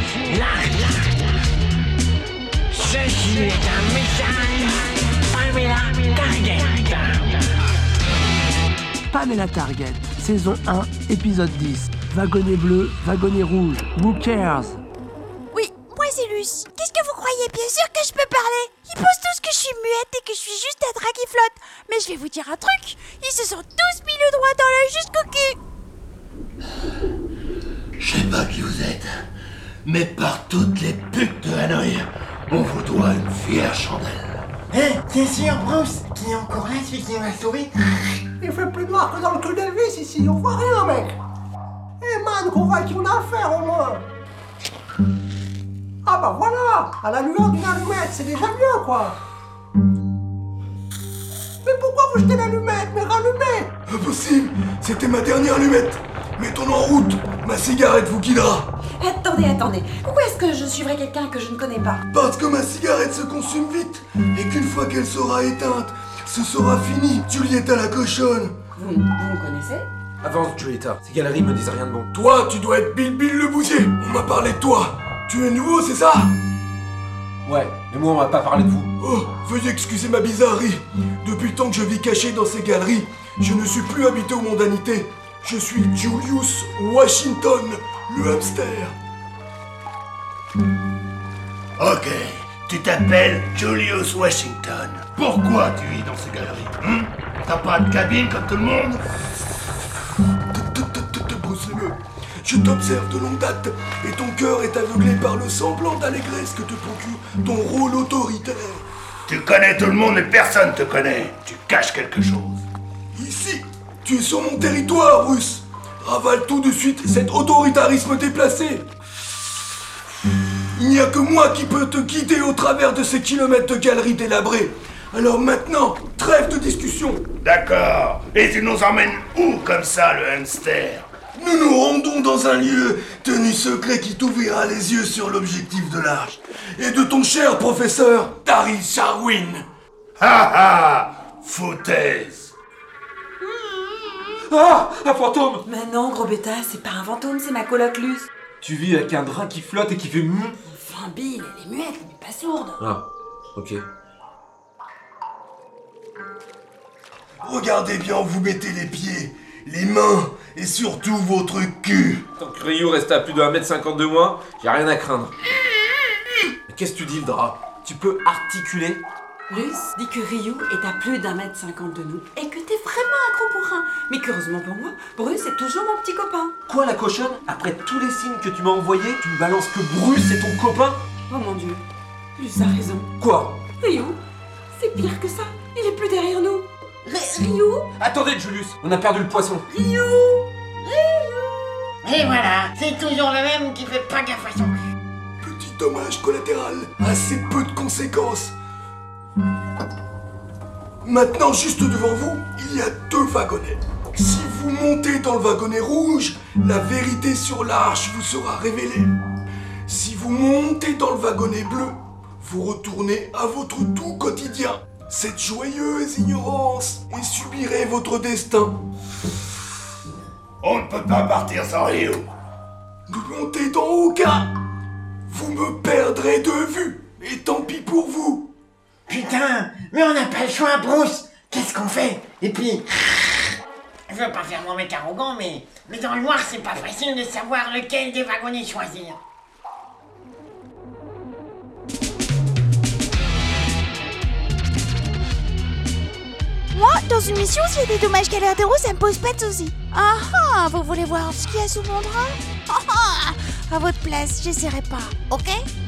Ceci est un message Pamela Target. Pamela Target, saison 1, épisode 10. Wagonnet bleu, wagonnet rouge, who cares? Oui, moi c'est Luce. Qu'est-ce que vous croyez? Bien sûr que je peux parler. Ils pensent tous que je suis muette et que je suis juste un drap qui flotte. Mais je vais vous dire un truc. Ils se sont tous mis le doigt dans l'œil jusqu'au cul. Je sais pas qui vous êtes, mais par toutes les putes de Hanoï, on vous doit une fière chandelle. C'est sûr, Bruce, qui est encore là, celui qui m'a sauvé. Il fait plus noir que dans le trou d'Elvis ici, on voit rien, mec. Eh man, qu'on voit qui on a affaire au moins. Ah bah voilà, à la lueur d'une allumette, c'est déjà mieux quoi. Mais pourquoi vous jetez l'allumette? Mais rallumez! Impossible, c'était ma dernière allumette. Mettons-nous en route, ma cigarette vous guidera. Attendez, pourquoi est-ce que je suivrais quelqu'un que je ne connais pas? Parce que ma cigarette se consume vite, et qu'une fois qu'elle sera éteinte, ce sera fini, Julieta la cochonne. Vous me connaissez? Avance, Julieta, ces galeries me disent rien de bon. Toi, tu dois être Bill le bousier. On m'a parlé de toi. Tu es nouveau, c'est ça? Ouais, mais moi on m'a pas parlé de vous. Oh, veuillez excuser ma bizarrerie. Depuis le temps que je vis caché dans ces galeries, je ne suis plus habité aux mondanités. Je suis Julius Washington, le hamster. Ok, tu t'appelles Julius Washington. Pourquoi tu vis dans ces galeries? T'as pas de cabine comme tout le monde? Bruce-le. Je t'observe de longue date, et ton cœur est aveuglé par le semblant d'allégresse que te procure ton rôle autoritaire. Tu connais tout le monde mais personne te connaît. Tu caches quelque chose. Ici, tu es sur mon territoire, Bruce. Ravale tout de suite cet autoritarisme déplacé. Il n'y a que moi qui peux te guider au travers de ces kilomètres de galeries délabrées. Alors maintenant, trêve de discussion. D'accord. Et tu nous emmènes où comme ça, le hamster? Nous nous rendons dans un lieu tenu secret qui t'ouvrira les yeux sur l'objectif de l'arche et de ton cher professeur Tari Sharwin. Ha ha! Foutaise! Ah, un fantôme! Mais non, gros bêta, c'est pas un fantôme, c'est ma coloc Luce. Tu vis avec un drap qui flotte et qui fait mou. Enfin, Bill, elle est muette, mais pas sourde. Ah, ok. Regardez bien où vous mettez les pieds, les mains et surtout votre cul. Tant que Ryu reste à plus de 1m50 de moi, j'ai rien à craindre. Mais qu'est-ce que tu dis, le drap? Tu peux articuler? Luce dit que Ryu est à plus d'1m50 de nous et que t'es vraiment un gros bourrin. Mais qu'heureusement pour moi, Bruce est toujours mon petit copain. Quoi, la cochonne? Après tous les signes que tu m'as envoyés, tu me balances que Bruce est ton copain? Oh mon Dieu, Luce a raison. Quoi? Ryu, c'est pire que ça, il est plus derrière nous. Ryu? Attendez, Julius, on a perdu le poisson. Ryu! Et voilà, c'est toujours le même qui fait pas gaffe à son cul. Petit dommage collatéral, assez peu de conséquences. Maintenant, juste devant vous, il y a 2 wagonnets. Si vous montez dans le wagonnet rouge, la vérité sur l'arche vous sera révélée. Si vous montez dans le wagonnet bleu, vous retournez à votre doux quotidien, cette joyeuse ignorance, et subirez votre destin. On ne peut pas partir sans Ryu. Ne montez dans aucun. Vous me perdrez de vue, et tant pis pour vous. Putain, mais on n'a pas le choix, Bruce. Qu'est-ce qu'on fait? Et puis... Je veux pas faire mon mec arrogant, mais dans le noir, c'est pas facile de savoir lequel des wagonnets choisir. Moi, dans une mission, s'il y a des dommages collatéraux, ça me pose pas de soucis. Ah ah, vous voulez voir ce qu'il y a sous mon drap? Ah ah, à votre place, j'essaierai pas, ok?